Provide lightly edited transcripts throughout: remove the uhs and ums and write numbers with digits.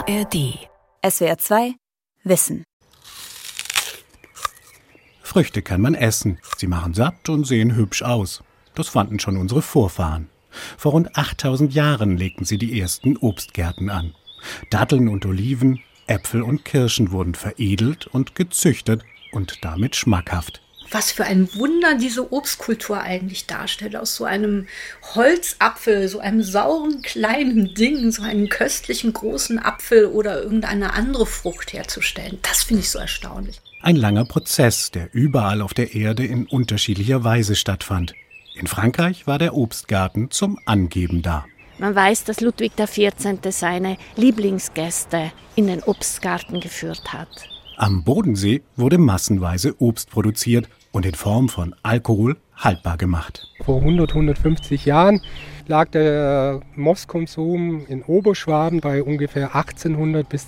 ARD. SWR 2 Wissen. Früchte kann man essen. Sie machen satt und sehen hübsch aus. Das fanden schon unsere Vorfahren. Vor rund 8000 Jahren legten sie die ersten Obstgärten an. Datteln und Oliven, Äpfel und Kirschen wurden veredelt und gezüchtet und damit schmackhaft. Was für ein Wunder diese Obstkultur eigentlich darstellt. Aus so einem Holzapfel, so einem sauren kleinen Ding, so einen köstlichen großen Apfel oder irgendeine andere Frucht herzustellen. Das finde ich so erstaunlich. Ein langer Prozess, der überall auf der Erde in unterschiedlicher Weise stattfand. In Frankreich war der Obstgarten zum Angeben da. Man weiß, dass Ludwig XIV. Seine Lieblingsgäste in den Obstgarten geführt hat. Am Bodensee wurde massenweise Obst produziert und in Form von Alkohol haltbar gemacht. Vor 150 Jahren lag der Mostkonsum in Oberschwaben bei ungefähr 1800 bis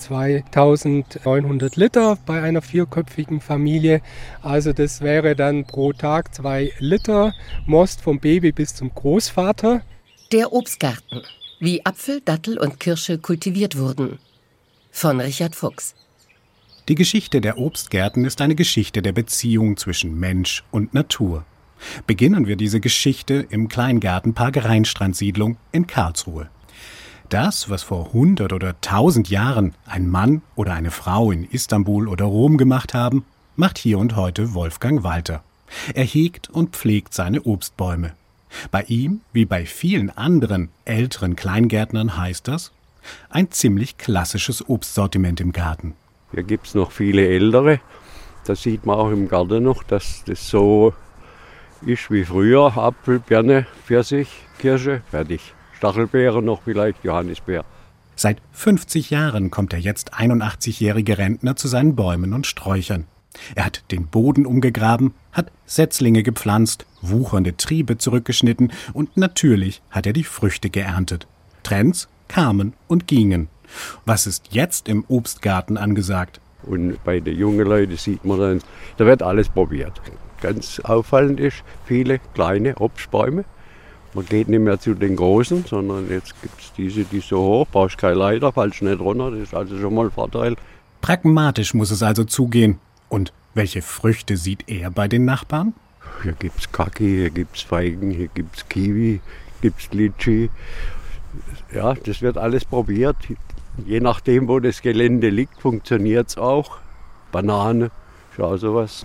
2900 Liter bei einer vierköpfigen Familie. Also das wäre dann pro Tag 2 Liter Most vom Baby bis zum Großvater. Der Obstgarten, wie Apfel, Dattel und Kirsche kultiviert wurden. Von Richard Fuchs. Die Geschichte der Obstgärten ist eine Geschichte der Beziehung zwischen Mensch und Natur. Beginnen wir diese Geschichte im Kleingartenpark Rheinstrand-Siedlung in Karlsruhe. Das, was vor 100 oder 1000 Jahren ein Mann oder eine Frau in Istanbul oder Rom gemacht haben, macht hier und heute Wolfgang Walter. Er hegt und pflegt seine Obstbäume. Bei ihm, wie bei vielen anderen älteren Kleingärtnern, heißt das, ein ziemlich klassisches Obstsortiment im Garten. Hier gibt es noch viele ältere. Das sieht man auch im Garten noch, dass das so ist wie früher. Apfel, Birne, Pfirsich, Kirsche, fertig. Stachelbeere noch vielleicht, Johannisbeer. Seit 50 Jahren kommt der jetzt 81-jährige Rentner zu seinen Bäumen und Sträuchern. Er hat den Boden umgegraben, hat Setzlinge gepflanzt, wuchernde Triebe zurückgeschnitten und natürlich hat er die Früchte geerntet. Trends kamen und gingen. Was ist jetzt im Obstgarten angesagt? Und bei den jungen Leuten sieht man dann, da wird alles probiert. Ganz auffallend ist, viele kleine Obstbäume. Man geht nicht mehr zu den großen, sondern jetzt gibt es diese, die so hoch, brauchst keine Leiter, fallst nicht runter, das ist also schon mal ein Vorteil. Pragmatisch muss es also zugehen. Und welche Früchte sieht er bei den Nachbarn? Hier gibt es Kaki, hier gibt es Feigen, hier gibt es Kiwi, gibt es Litschi. Ja, das wird alles probiert. Je nachdem, wo das Gelände liegt, funktioniert es auch. Banane, schau sowas.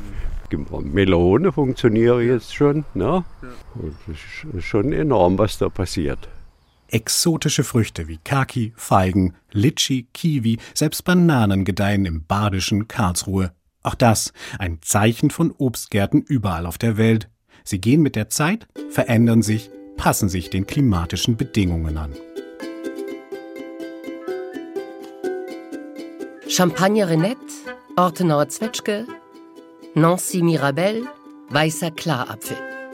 Melone funktioniert jetzt schon. Ne? Und das ist schon enorm, was da passiert. Exotische Früchte wie Kaki, Feigen, Litschi, Kiwi, selbst Bananen gedeihen im badischen Karlsruhe. Auch das ein Zeichen von Obstgärten überall auf der Welt. Sie gehen mit der Zeit, verändern sich, passen sich den klimatischen Bedingungen an. Champagner Renette, Ortenauer Zwetschge, Nancy Mirabelle, weißer Klarapfel.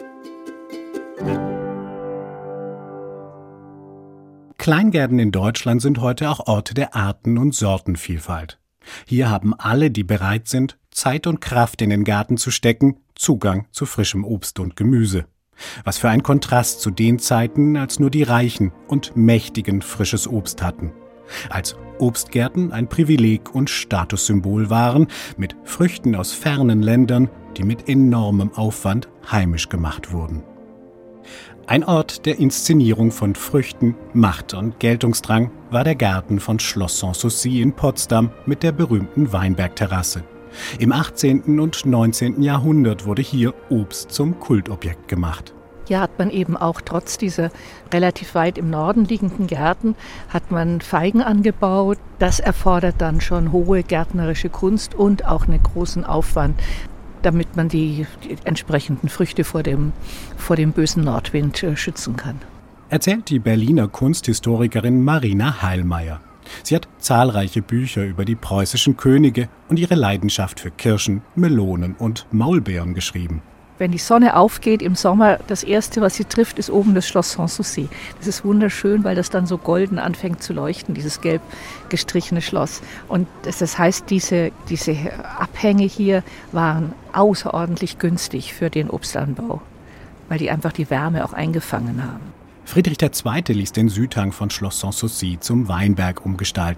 Kleingärten in Deutschland sind heute auch Orte der Arten- und Sortenvielfalt. Hier haben alle, die bereit sind, Zeit und Kraft in den Garten zu stecken, Zugang zu frischem Obst und Gemüse. Was für ein Kontrast zu den Zeiten, als nur die Reichen und Mächtigen frisches Obst hatten. Als Obstgärten ein Privileg und Statussymbol waren, mit Früchten aus fernen Ländern, die mit enormem Aufwand heimisch gemacht wurden. Ein Ort der Inszenierung von Früchten, Macht und Geltungsdrang war der Garten von Schloss Sanssouci in Potsdam mit der berühmten Weinbergterrasse. Im 18. und 19. Jahrhundert wurde hier Obst zum Kultobjekt gemacht. Hier hat man eben auch trotz dieser relativ weit im Norden liegenden Gärten, hat man Feigen angebaut. Das erfordert dann schon hohe gärtnerische Kunst und auch einen großen Aufwand, damit man die entsprechenden Früchte vor dem bösen Nordwind schützen kann. Erzählt die Berliner Kunsthistorikerin Marina Heilmeier. Sie hat zahlreiche Bücher über die preußischen Könige und ihre Leidenschaft für Kirschen, Melonen und Maulbeeren geschrieben. Wenn die Sonne aufgeht im Sommer, das Erste, was sie trifft, ist oben das Schloss Sanssouci. Das ist wunderschön, weil das dann so golden anfängt zu leuchten, dieses gelb gestrichene Schloss. Und das heißt, diese Abhänge hier waren außerordentlich günstig für den Obstanbau, weil die einfach die Wärme auch eingefangen haben. Friedrich II. Ließ den Südhang von Schloss Sanssouci zum Weinberg umgestalten.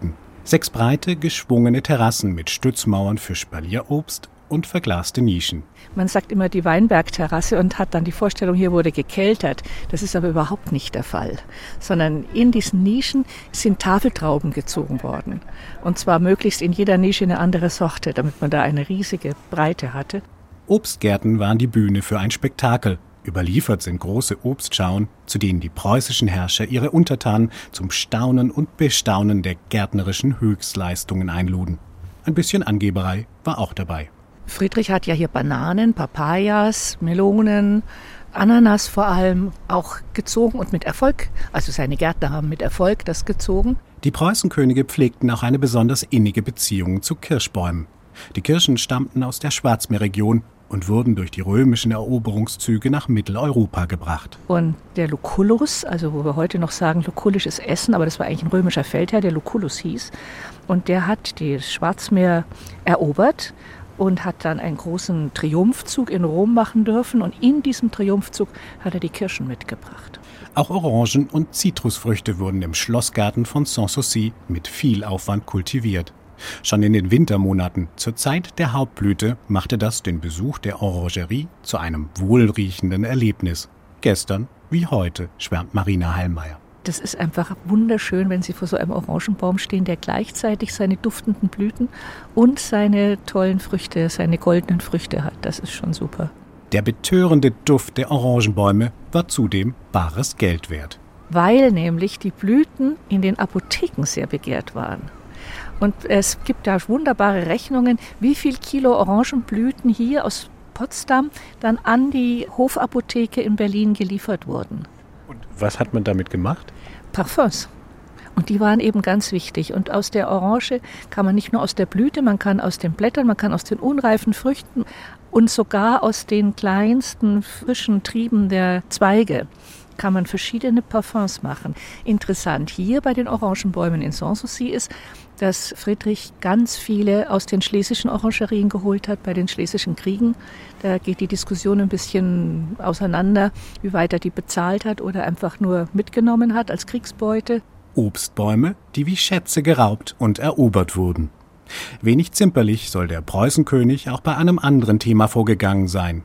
6 breite, geschwungene Terrassen mit Stützmauern für Spalierobst und verglaste Nischen. Man sagt immer die Weinbergterrasse und hat dann die Vorstellung, hier wurde gekeltert. Das ist aber überhaupt nicht der Fall, sondern in diesen Nischen sind Tafeltrauben gezogen worden. Und zwar möglichst in jeder Nische eine andere Sorte, damit man da eine riesige Breite hatte. Obstgärten waren die Bühne für ein Spektakel. Überliefert sind große Obstschauen, zu denen die preußischen Herrscher ihre Untertanen zum Staunen und Bestaunen der gärtnerischen Höchstleistungen einluden. Ein bisschen Angeberei war auch dabei. Friedrich hat ja hier Bananen, Papayas, Melonen, Ananas vor allem auch gezogen und mit Erfolg. Also seine Gärtner haben mit Erfolg das gezogen. Die Preußenkönige pflegten auch eine besonders innige Beziehung zu Kirschbäumen. Die Kirschen stammten aus der Schwarzmeerregion und wurden durch die römischen Eroberungszüge nach Mitteleuropa gebracht. Und der Lucullus, also wo wir heute noch sagen, lucullisches Essen, aber das war eigentlich ein römischer Feldherr, der Lucullus hieß. Und der hat das Schwarzmeer erobert und hat dann einen großen Triumphzug in Rom machen dürfen. Und in diesem Triumphzug hat er die Kirschen mitgebracht. Auch Orangen und Zitrusfrüchte wurden im Schlossgarten von Sanssouci mit viel Aufwand kultiviert. Schon in den Wintermonaten, zur Zeit der Hauptblüte, machte das den Besuch der Orangerie zu einem wohlriechenden Erlebnis. Gestern wie heute, schwärmt Marina Heilmeier. Das ist einfach wunderschön, wenn Sie vor so einem Orangenbaum stehen, der gleichzeitig seine duftenden Blüten und seine tollen Früchte, seine goldenen Früchte hat. Das ist schon super. Der betörende Duft der Orangenbäume war zudem bares Geld wert. Weil nämlich die Blüten in den Apotheken sehr begehrt waren. Und es gibt da wunderbare Rechnungen, wie viel Kilo Orangenblüten hier aus Potsdam dann an die Hofapotheke in Berlin geliefert wurden. Und was hat man damit gemacht? Parfums. Und die waren eben ganz wichtig. Und aus der Orange kann man nicht nur aus der Blüte, man kann aus den Blättern, man kann aus den unreifen Früchten und sogar aus den kleinsten frischen Trieben der Zweige kann man verschiedene Parfums machen. Interessant hier bei den Orangenbäumen in Sanssouci ist, dass Friedrich ganz viele aus den schlesischen Orangerien geholt hat bei den schlesischen Kriegen. Da geht die Diskussion ein bisschen auseinander, wie weit er die bezahlt hat oder einfach nur mitgenommen hat als Kriegsbeute. Obstbäume, die wie Schätze geraubt und erobert wurden. Wenig zimperlich soll der Preußenkönig auch bei einem anderen Thema vorgegangen sein.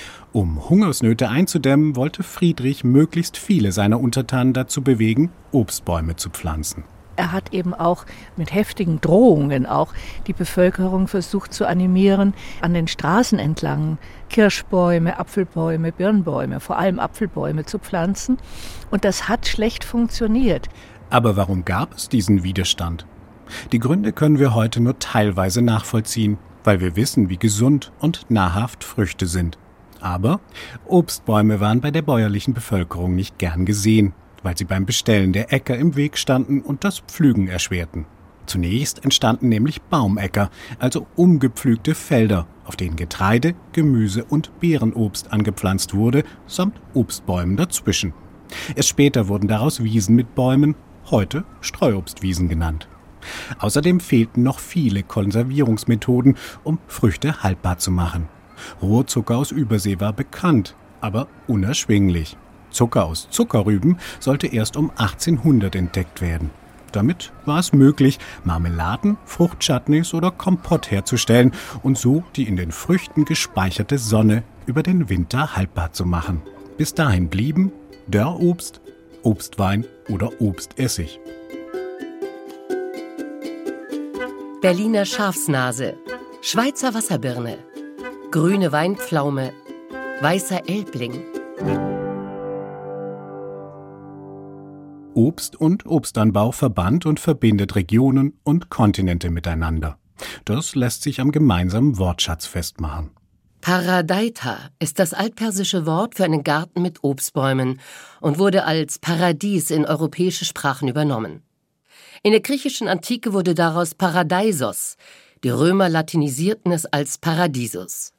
Um Hungersnöte einzudämmen, wollte Friedrich möglichst viele seiner Untertanen dazu bewegen, Obstbäume zu pflanzen. Er hat eben auch mit heftigen Drohungen auch die Bevölkerung versucht zu animieren, an den Straßen entlang Kirschbäume, Apfelbäume, Birnbäume, vor allem Apfelbäume zu pflanzen. Und das hat schlecht funktioniert. Aber warum gab es diesen Widerstand? Die Gründe können wir heute nur teilweise nachvollziehen, weil wir wissen, wie gesund und nahrhaft Früchte sind. Aber Obstbäume waren bei der bäuerlichen Bevölkerung nicht gern gesehen, weil sie beim Bestellen der Äcker im Weg standen und das Pflügen erschwerten. Zunächst entstanden nämlich Baumäcker, also umgepflügte Felder, auf denen Getreide, Gemüse und Beerenobst angepflanzt wurde, samt Obstbäumen dazwischen. Erst später wurden daraus Wiesen mit Bäumen, heute Streuobstwiesen genannt. Außerdem fehlten noch viele Konservierungsmethoden, um Früchte haltbar zu machen. Rohrzucker aus Übersee war bekannt, aber unerschwinglich. Zucker aus Zuckerrüben sollte erst um 1800 entdeckt werden. Damit war es möglich, Marmeladen, Fruchtchutneys oder Kompott herzustellen und so die in den Früchten gespeicherte Sonne über den Winter haltbar zu machen. Bis dahin blieben Dörrobst, Obstwein oder Obstessig. Berliner Schafsnase, Schweizer Wasserbirne, grüne Weinpflaume, weißer Elbling. Obst und Obstanbau verband und verbindet Regionen und Kontinente miteinander. Das lässt sich am gemeinsamen Wortschatz festmachen. Paradeita ist das altpersische Wort für einen Garten mit Obstbäumen und wurde als Paradies in europäische Sprachen übernommen. In der griechischen Antike wurde daraus Paradeisos. Die Römer latinisierten es als Paradisus.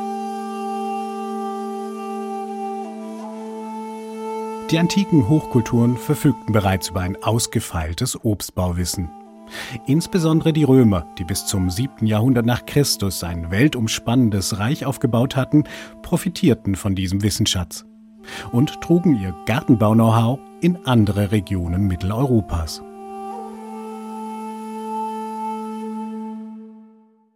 Die antiken Hochkulturen verfügten bereits über ein ausgefeiltes Obstbauwissen. Insbesondere die Römer, die bis zum 7. Jahrhundert nach Christus ein weltumspannendes Reich aufgebaut hatten, profitierten von diesem Wissensschatz und trugen ihr Gartenbau-Know-how in andere Regionen Mitteleuropas.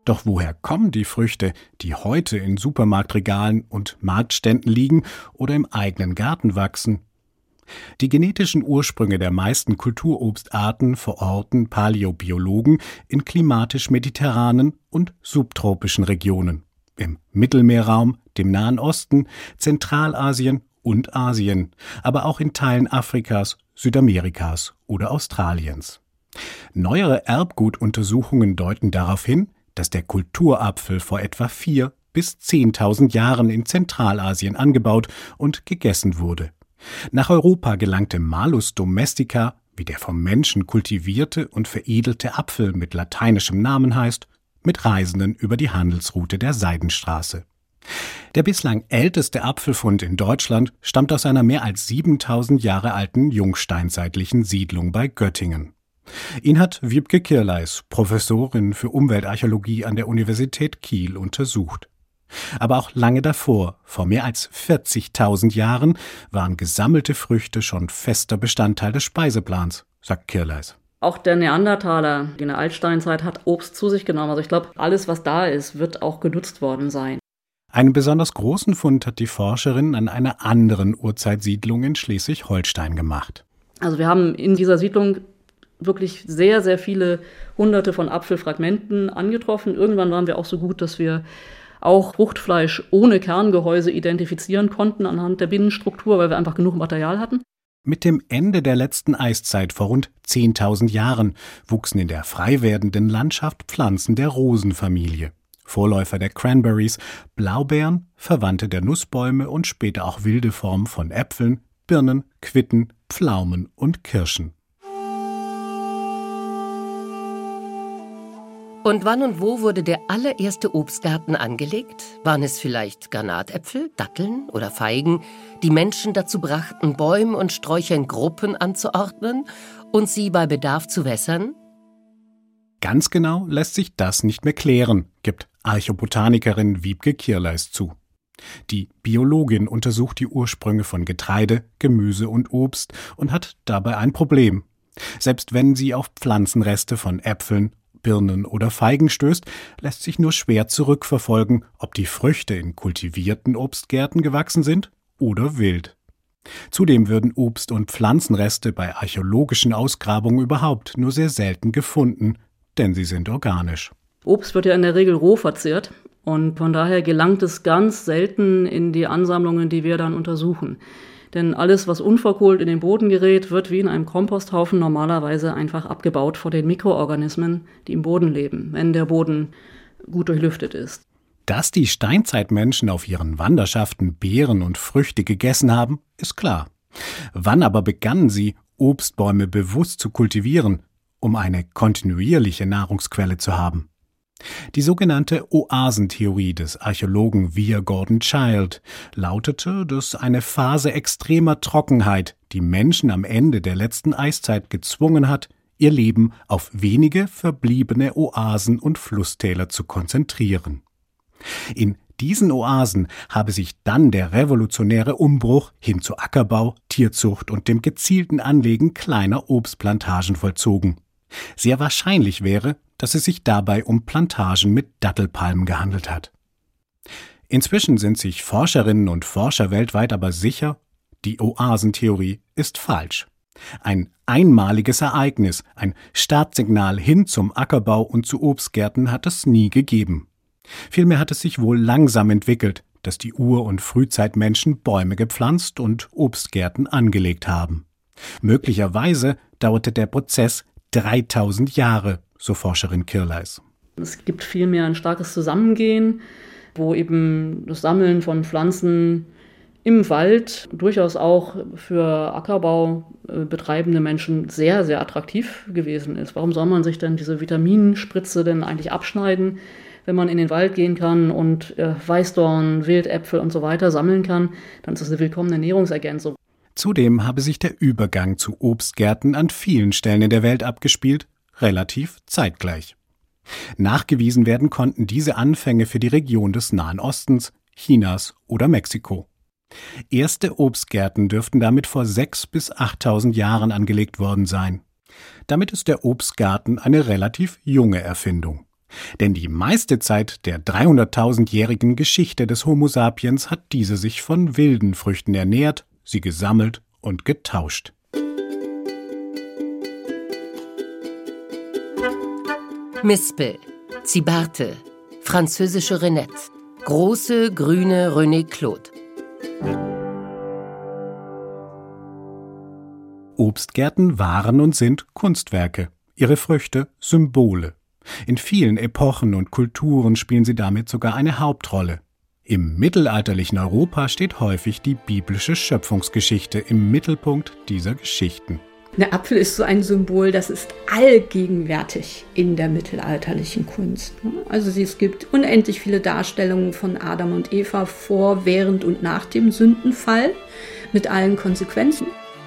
Doch woher kommen die Früchte, die heute in Supermarktregalen und Marktständen liegen oder im eigenen Garten wachsen? Die genetischen Ursprünge der meisten Kulturobstarten verorten Paläobiologen in klimatisch-mediterranen und subtropischen Regionen, im Mittelmeerraum, dem Nahen Osten, Zentralasien und Asien, aber auch in Teilen Afrikas, Südamerikas oder Australiens. Neuere Erbgutuntersuchungen deuten darauf hin, dass der Kulturapfel vor etwa 4.000 bis 10.000 Jahren in Zentralasien angebaut und gegessen wurde. Nach Europa gelangte Malus domestica, wie der vom Menschen kultivierte und veredelte Apfel mit lateinischem Namen heißt, mit Reisenden über die Handelsroute der Seidenstraße. Der bislang älteste Apfelfund in Deutschland stammt aus einer mehr als 7.000 Jahre alten jungsteinzeitlichen Siedlung bei Göttingen. Ihn hat Wiebke Kirleis, Professorin für Umweltarchäologie an der Universität Kiel, untersucht. Aber auch lange davor, vor mehr als 40.000 Jahren, waren gesammelte Früchte schon fester Bestandteil des Speiseplans, sagt Kirleis. Auch der Neandertaler in der Altsteinzeit hat Obst zu sich genommen. Also ich glaube, alles, was da ist, wird auch genutzt worden sein. Einen besonders großen Fund hat die Forscherin an einer anderen Urzeitsiedlung in Schleswig-Holstein gemacht. Also wir haben in dieser Siedlung wirklich sehr, sehr viele Hunderte von Apfelfragmenten angetroffen. Irgendwann waren wir auch so gut, dass wir auch Fruchtfleisch ohne Kerngehäuse identifizieren konnten anhand der Binnenstruktur, weil wir einfach genug Material hatten. Mit dem Ende der letzten Eiszeit vor rund 10.000 Jahren wuchsen in der frei werdenden Landschaft Pflanzen der Rosenfamilie. Vorläufer der Cranberries, Blaubeeren, Verwandte der Nussbäume und später auch wilde Formen von Äpfeln, Birnen, Quitten, Pflaumen und Kirschen. Und wann und wo wurde der allererste Obstgarten angelegt? Waren es vielleicht Granatäpfel, Datteln oder Feigen, die Menschen dazu brachten, Bäume und Sträucher in Gruppen anzuordnen und sie bei Bedarf zu wässern? Ganz genau lässt sich das nicht mehr klären, gibt Archobotanikerin Wiebke Kirleis zu. Die Biologin untersucht die Ursprünge von Getreide, Gemüse und Obst und hat dabei ein Problem. Selbst wenn sie auf Pflanzenreste von Äpfeln, Birnen oder Feigen stößt, lässt sich nur schwer zurückverfolgen, ob die Früchte in kultivierten Obstgärten gewachsen sind oder wild. Zudem würden Obst- und Pflanzenreste bei archäologischen Ausgrabungen überhaupt nur sehr selten gefunden, denn sie sind organisch. Obst wird ja in der Regel roh verzehrt und von daher gelangt es ganz selten in die Ansammlungen, die wir dann untersuchen. Denn alles, was unverkohlt in den Boden gerät, wird wie in einem Komposthaufen normalerweise einfach abgebaut vor den Mikroorganismen, die im Boden leben, wenn der Boden gut durchlüftet ist. Dass die Steinzeitmenschen auf ihren Wanderschaften Beeren und Früchte gegessen haben, ist klar. Wann aber begannen sie, Obstbäume bewusst zu kultivieren, um eine kontinuierliche Nahrungsquelle zu haben? Die sogenannte Oasentheorie des Archäologen Weir Gordon Childe lautete, dass eine Phase extremer Trockenheit die Menschen am Ende der letzten Eiszeit gezwungen hat, ihr Leben auf wenige verbliebene Oasen und Flusstäler zu konzentrieren. In diesen Oasen habe sich dann der revolutionäre Umbruch hin zu Ackerbau, Tierzucht und dem gezielten Anlegen kleiner Obstplantagen vollzogen. Sehr wahrscheinlich wäre, dass es sich dabei um Plantagen mit Dattelpalmen gehandelt hat. Inzwischen sind sich Forscherinnen und Forscher weltweit aber sicher, die Oasentheorie ist falsch. Ein einmaliges Ereignis, ein Startsignal hin zum Ackerbau und zu Obstgärten hat es nie gegeben. Vielmehr hat es sich wohl langsam entwickelt, dass die Ur- und Frühzeitmenschen Bäume gepflanzt und Obstgärten angelegt haben. Möglicherweise dauerte der Prozess 3.000 Jahre, so Forscherin Kirleis. Es gibt vielmehr ein starkes Zusammengehen, wo eben das Sammeln von Pflanzen im Wald durchaus auch für Ackerbau betreibende Menschen sehr, sehr attraktiv gewesen ist. Warum soll man sich denn diese Vitaminspritze denn eigentlich abschneiden, wenn man in den Wald gehen kann und Weißdorn, Wildäpfel und so weiter sammeln kann? Dann ist das eine willkommene Nahrungsergänzung. Zudem habe sich der Übergang zu Obstgärten an vielen Stellen in der Welt abgespielt, relativ zeitgleich. Nachgewiesen werden konnten diese Anfänge für die Region des Nahen Ostens, Chinas oder Mexiko. Erste Obstgärten dürften damit vor 6.000 bis 8.000 Jahren angelegt worden sein. Damit ist der Obstgarten eine relativ junge Erfindung. Denn die meiste Zeit der 300.000-jährigen Geschichte des Homo sapiens hat diese sich von wilden Früchten ernährt, sie gesammelt und getauscht. Mispel, Zibarte, französische Renette, große grüne René Claude. Obstgärten waren und sind Kunstwerke, ihre Früchte Symbole. In vielen Epochen und Kulturen spielen sie damit sogar eine Hauptrolle. Im mittelalterlichen Europa steht häufig die biblische Schöpfungsgeschichte im Mittelpunkt dieser Geschichten. Der Apfel ist so ein Symbol, das ist allgegenwärtig in der mittelalterlichen Kunst. Also es gibt unendlich viele Darstellungen von Adam und Eva vor, während und nach dem Sündenfall mit allen Konsequenzen.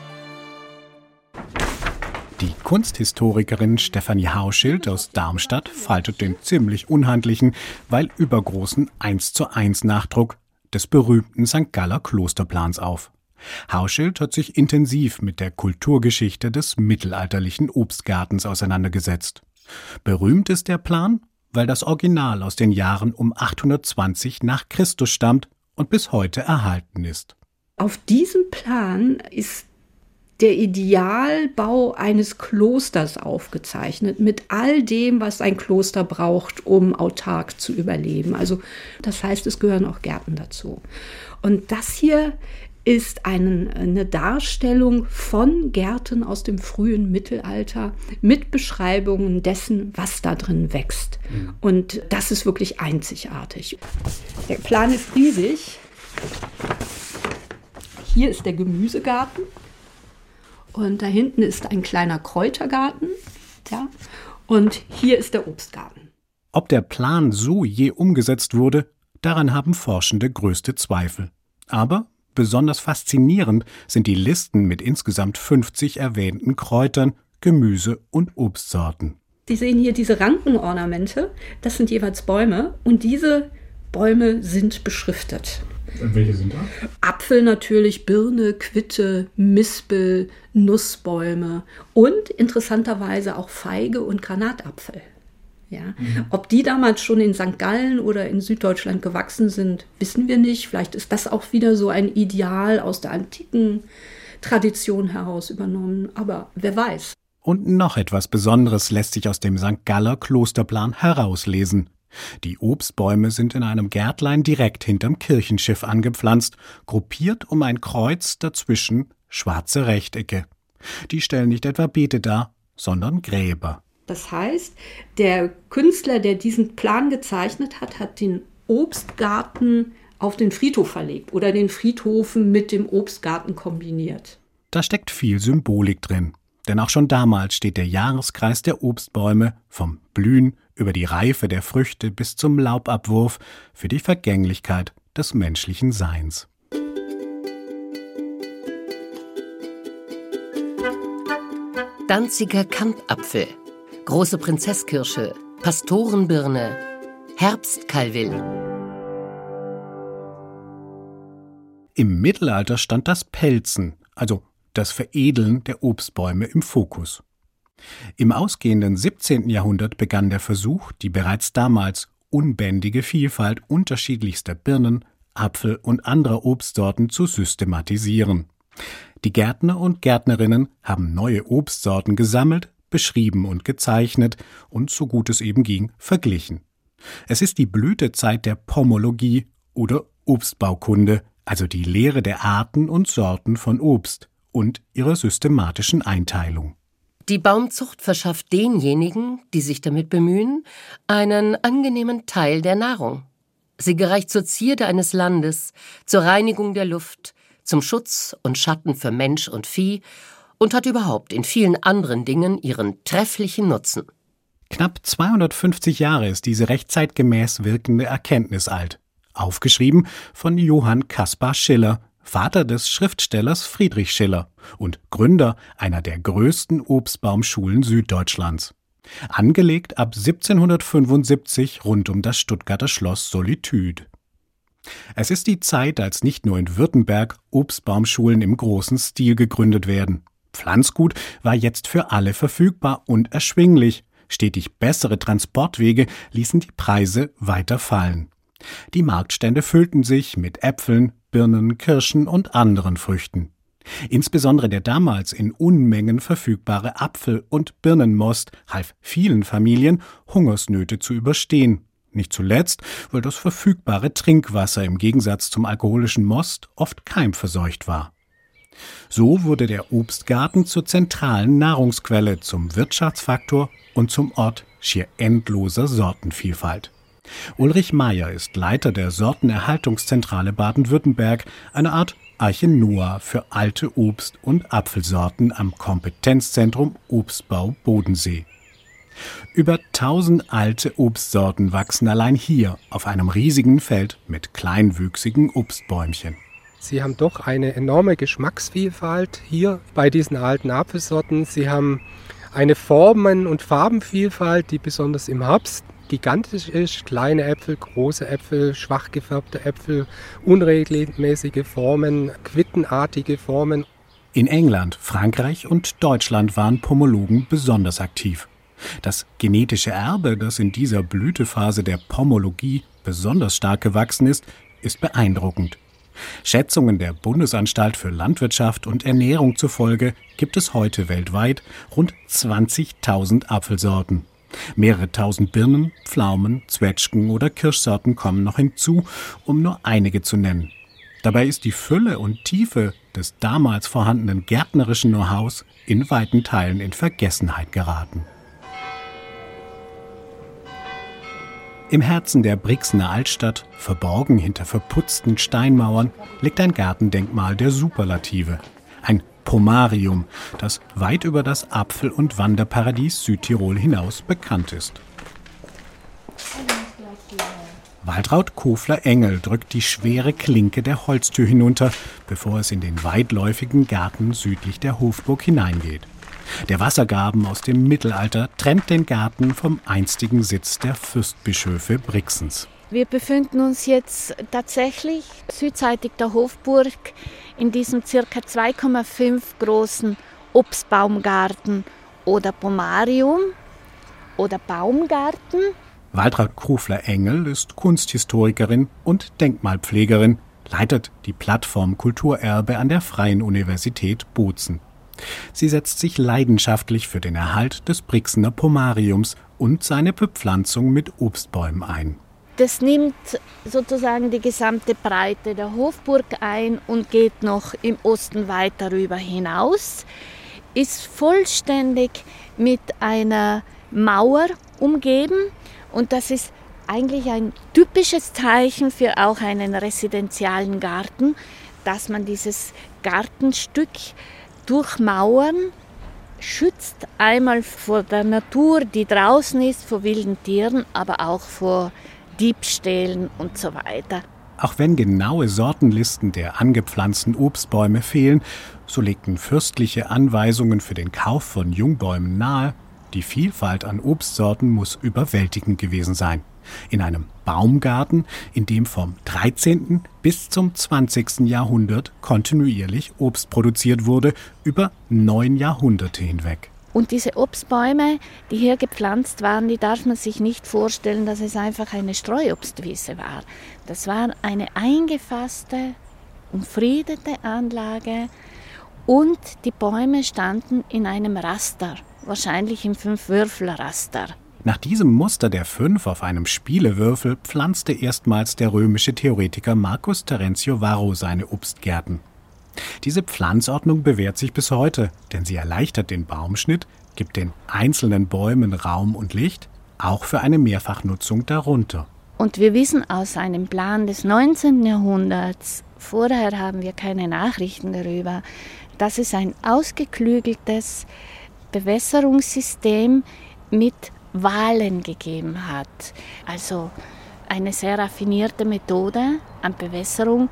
Die Kunsthistorikerin Stefanie Hauschild aus Darmstadt faltet den ziemlich unhandlichen, weil übergroßen 1:1 Nachdruck des berühmten St. Galler Klosterplans auf. Hauschild hat sich intensiv mit der Kulturgeschichte des mittelalterlichen Obstgartens auseinandergesetzt. Berühmt ist der Plan, weil das Original aus den Jahren um 820 nach Christus stammt und bis heute erhalten ist. Auf diesem Plan ist der Idealbau eines Klosters aufgezeichnet, mit all dem, was ein Kloster braucht, um autark zu überleben. Also das heißt, es gehören auch Gärten dazu. Und das hier ist eine Darstellung von Gärten aus dem frühen Mittelalter mit Beschreibungen dessen, was da drin wächst. Und das ist wirklich einzigartig. Der Plan ist riesig. Hier ist der Gemüsegarten. Und da hinten ist ein kleiner Kräutergarten, ja, und hier ist der Obstgarten. Ob der Plan so je umgesetzt wurde, daran haben Forschende größte Zweifel. Aber besonders faszinierend sind die Listen mit insgesamt 50 erwähnten Kräutern, Gemüse und Obstsorten. Sie sehen hier diese Rankenornamente, das sind jeweils Bäume und diese Bäume sind beschriftet. Welche sind da? Apfel natürlich, Birne, Quitte, Mispel, Nussbäume und interessanterweise auch Feige und Granatapfel. Ja. Ob die damals schon in St. Gallen oder in Süddeutschland gewachsen sind, wissen wir nicht. Vielleicht ist das auch wieder so ein Ideal aus der antiken Tradition heraus übernommen, aber wer weiß. Und noch etwas Besonderes lässt sich aus dem St. Galler Klosterplan herauslesen. Die Obstbäume sind in einem Gärtlein direkt hinterm Kirchenschiff angepflanzt, gruppiert um ein Kreuz, dazwischen schwarze Rechtecke. Die stellen nicht etwa Beete dar, sondern Gräber. Das heißt, der Künstler, der diesen Plan gezeichnet hat, hat den Obstgarten auf den Friedhof verlegt oder den Friedhofen mit dem Obstgarten kombiniert. Da steckt viel Symbolik drin. Denn auch schon damals steht der Jahreskreis der Obstbäume vom Blühen über die Reife der Früchte bis zum Laubabwurf für die Vergänglichkeit des menschlichen Seins. Danziger Kampapfel, große Prinzesskirsche, Pastorenbirne, Herbstkalvill. Im Mittelalter stand das Pelzen, also das Veredeln der Obstbäume im Fokus. Im ausgehenden 17. Jahrhundert begann der Versuch, die bereits damals unbändige Vielfalt unterschiedlichster Birnen, Apfel und anderer Obstsorten zu systematisieren. Die Gärtner und Gärtnerinnen haben neue Obstsorten gesammelt, beschrieben und gezeichnet und, so gut es eben ging, verglichen. Es ist die Blütezeit der Pomologie oder Obstbaukunde, also die Lehre der Arten und Sorten von Obst und ihrer systematischen Einteilung. Die Baumzucht verschafft denjenigen, die sich damit bemühen, einen angenehmen Teil der Nahrung. Sie gereicht zur Zierde eines Landes, zur Reinigung der Luft, zum Schutz und Schatten für Mensch und Vieh und hat überhaupt in vielen anderen Dingen ihren trefflichen Nutzen. Knapp 250 Jahre ist diese recht zeitgemäß wirkende Erkenntnis alt. Aufgeschrieben von Johann Caspar Schiller, Vater des Schriftstellers Friedrich Schiller und Gründer einer der größten Obstbaumschulen Süddeutschlands. Angelegt ab 1775 rund um das Stuttgarter Schloss Solitude. Es ist die Zeit, als nicht nur in Württemberg Obstbaumschulen im großen Stil gegründet werden. Pflanzgut war jetzt für alle verfügbar und erschwinglich, Stetig bessere Transportwege ließen die Preise weiter fallen. Die Marktstände füllten sich mit Äpfeln, Birnen, Kirschen und anderen Früchten. Insbesondere der damals in Unmengen verfügbare Apfel- und Birnenmost half vielen Familien, Hungersnöte zu überstehen. Nicht zuletzt, weil das verfügbare Trinkwasser im Gegensatz zum alkoholischen Most oft keimverseucht war. So wurde der Obstgarten zur zentralen Nahrungsquelle, zum Wirtschaftsfaktor und zum Ort schier endloser Sortenvielfalt. Ulrich Meyer ist Leiter der Sortenerhaltungszentrale Baden-Württemberg, eine Art Arche Noah für alte Obst- und Apfelsorten am Kompetenzzentrum Obstbau Bodensee. Über 1000 alte Obstsorten wachsen allein hier auf einem riesigen Feld mit kleinwüchsigen Obstbäumchen. Sie haben doch eine enorme Geschmacksvielfalt hier bei diesen alten Apfelsorten. Sie haben eine Formen- und Farbenvielfalt, die besonders im Herbst gigantisch ist. Kleine Äpfel, große Äpfel, schwach gefärbte Äpfel, unregelmäßige Formen, quittenartige Formen. In England, Frankreich und Deutschland waren Pomologen besonders aktiv. Das genetische Erbe, das in dieser Blütephase der Pomologie besonders stark gewachsen ist beeindruckend. Schätzungen der Bundesanstalt für Landwirtschaft und Ernährung zufolge gibt es heute weltweit rund 20.000 Apfelsorten. Mehrere tausend Birnen, Pflaumen, Zwetschgen oder Kirschsorten kommen noch hinzu, um nur einige zu nennen. Dabei ist die Fülle und Tiefe des damals vorhandenen gärtnerischen Know-hows in weiten Teilen in Vergessenheit geraten. Im Herzen der Brixener Altstadt, verborgen hinter verputzten Steinmauern, liegt ein Gartendenkmal der Superlative. Ein Pomarium, das weit über das Apfel- und Wanderparadies Südtirol hinaus bekannt ist. Waltraud Kofler-Engel drückt die schwere Klinke der Holztür hinunter, bevor es in den weitläufigen Garten südlich der Hofburg hineingeht. Der Wassergraben aus dem Mittelalter trennt den Garten vom einstigen Sitz der Fürstbischöfe Brixens. Wir befinden uns jetzt tatsächlich südseitig der Hofburg in diesem ca. 2,5 großen Obstbaumgarten oder Pomarium oder Baumgarten. Waltraud Kofler-Engel ist Kunsthistorikerin und Denkmalpflegerin, leitet die Plattform Kulturerbe an der Freien Universität Bozen. Sie setzt sich leidenschaftlich für den Erhalt des Brixener Pomariums und seine Bepflanzung mit Obstbäumen ein. Das nimmt sozusagen die gesamte Breite der Hofburg ein und geht noch im Osten weiter darüber hinaus, ist vollständig mit einer Mauer umgeben und das ist eigentlich ein typisches Zeichen für auch einen residentialen Garten, dass man dieses Gartenstück durch Mauern schützt, einmal vor der Natur, die draußen ist, vor wilden Tieren, aber auch vor Diebstählen und so weiter. Auch wenn genaue Sortenlisten der angepflanzten Obstbäume fehlen, so legten fürstliche Anweisungen für den Kauf von Jungbäumen nahe, die Vielfalt an Obstsorten muss überwältigend gewesen sein. In einem Baumgarten, in dem vom 13. bis zum 20. Jahrhundert kontinuierlich Obst produziert wurde, über 9 Jahrhunderte hinweg. Und diese Obstbäume, die hier gepflanzt waren, die darf man sich nicht vorstellen, dass es einfach eine Streuobstwiese war. Das war eine eingefasste, umfriedete Anlage und die Bäume standen in einem Raster, wahrscheinlich im 5-Würfel-Raster. Nach diesem Muster der 5 auf einem Spielewürfel pflanzte erstmals der römische Theoretiker Marcus Terentio Varro seine Obstgärten. Diese Pflanzordnung bewährt sich bis heute, denn sie erleichtert den Baumschnitt, gibt den einzelnen Bäumen Raum und Licht, auch für eine Mehrfachnutzung darunter. Und wir wissen aus einem Plan des 19. Jahrhunderts, vorher haben wir keine Nachrichten darüber, dass es ein ausgeklügeltes Bewässerungssystem mit Wahlen gegeben hat. Also eine sehr raffinierte Methode an Bewässerung.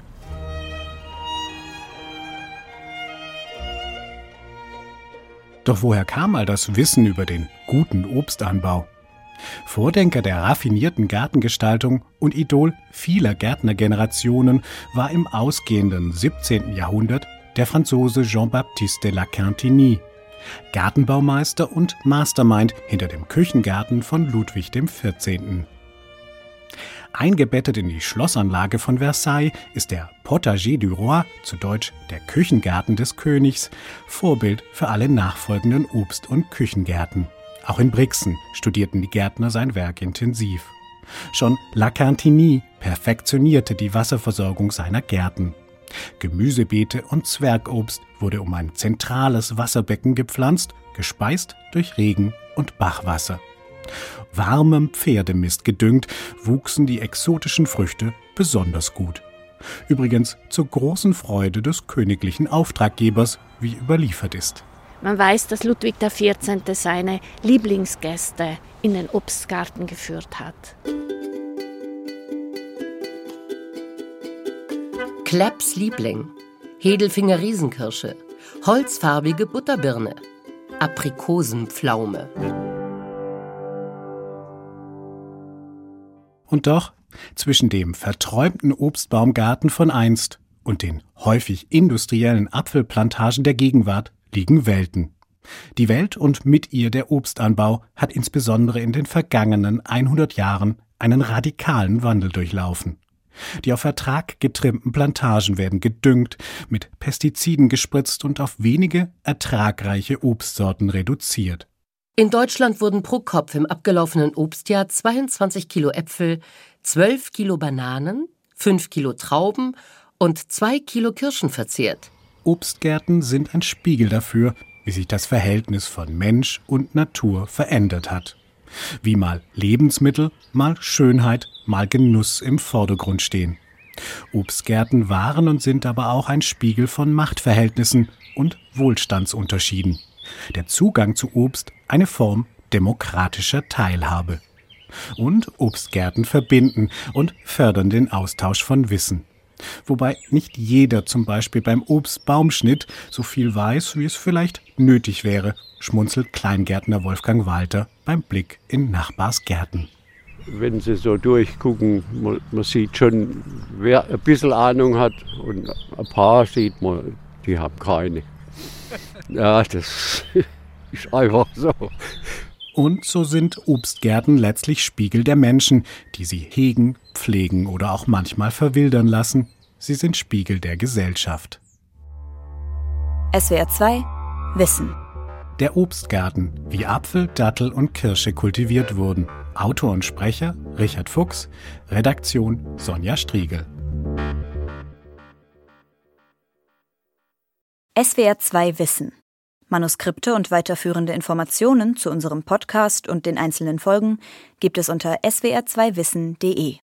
Doch woher kam all das Wissen über den guten Obstanbau? Vordenker der raffinierten Gartengestaltung und Idol vieler Gärtnergenerationen war im ausgehenden 17. Jahrhundert der Franzose Jean-Baptiste de La Quintinie. Gartenbaumeister und Mastermind hinter dem Küchengarten von Ludwig XIV. Eingebettet in die Schlossanlage von Versailles ist der Potager du Roi, zu Deutsch der Küchengarten des Königs, Vorbild für alle nachfolgenden Obst- und Küchengärten. Auch in Brixen studierten die Gärtner sein Werk intensiv. Schon La Cantigny perfektionierte die Wasserversorgung seiner Gärten. Gemüsebeete und Zwergobst wurde um ein zentrales Wasserbecken gepflanzt, gespeist durch Regen- und Bachwasser. Warmem Pferdemist gedüngt, wuchsen die exotischen Früchte besonders gut. Übrigens zur großen Freude des königlichen Auftraggebers, wie überliefert ist. Man weiß, dass Ludwig XIV. Seine Lieblingsgäste in den Obstgarten geführt hat. Klepps Liebling, Hedelfinger Riesenkirsche, holzfarbige Butterbirne, Aprikosenpflaume. Und doch, zwischen dem verträumten Obstbaumgarten von einst und den häufig industriellen Apfelplantagen der Gegenwart liegen Welten. Die Welt und mit ihr der Obstanbau hat insbesondere in den vergangenen 100 Jahren einen radikalen Wandel durchlaufen. Die auf Ertrag getrimmten Plantagen werden gedüngt, mit Pestiziden gespritzt und auf wenige ertragreiche Obstsorten reduziert. In Deutschland wurden pro Kopf im abgelaufenen Obstjahr 22 Kilo Äpfel, 12 Kilo Bananen, 5 Kilo Trauben und 2 Kilo Kirschen verzehrt. Obstgärten sind ein Spiegel dafür, wie sich das Verhältnis von Mensch und Natur verändert hat. Wie mal Lebensmittel, mal Schönheit, mal Genuss im Vordergrund stehen. Obstgärten waren und sind aber auch ein Spiegel von Machtverhältnissen und Wohlstandsunterschieden. Der Zugang zu Obst eine Form demokratischer Teilhabe. Und Obstgärten verbinden und fördern den Austausch von Wissen. Wobei nicht jeder zum Beispiel beim Obstbaumschnitt so viel weiß, wie es vielleicht nötig wäre, schmunzelt Kleingärtner Wolfgang Walter beim Blick in Nachbarsgärten. Wenn Sie so durchgucken, man sieht schon, wer ein bisschen Ahnung hat, und ein paar sieht man, die haben keine. Ja, das ist einfach so. Und so sind Obstgärten letztlich Spiegel der Menschen, die sie hegen, pflegen oder auch manchmal verwildern lassen. Sie sind Spiegel der Gesellschaft. SWR 2 Wissen. Der Obstgarten, wie Apfel, Dattel und Kirsche kultiviert wurden. Autor und Sprecher Richard Fuchs, Redaktion Sonja Striegel. SWR 2 Wissen. Manuskripte und weiterführende Informationen zu unserem Podcast und den einzelnen Folgen gibt es unter swr2wissen.de.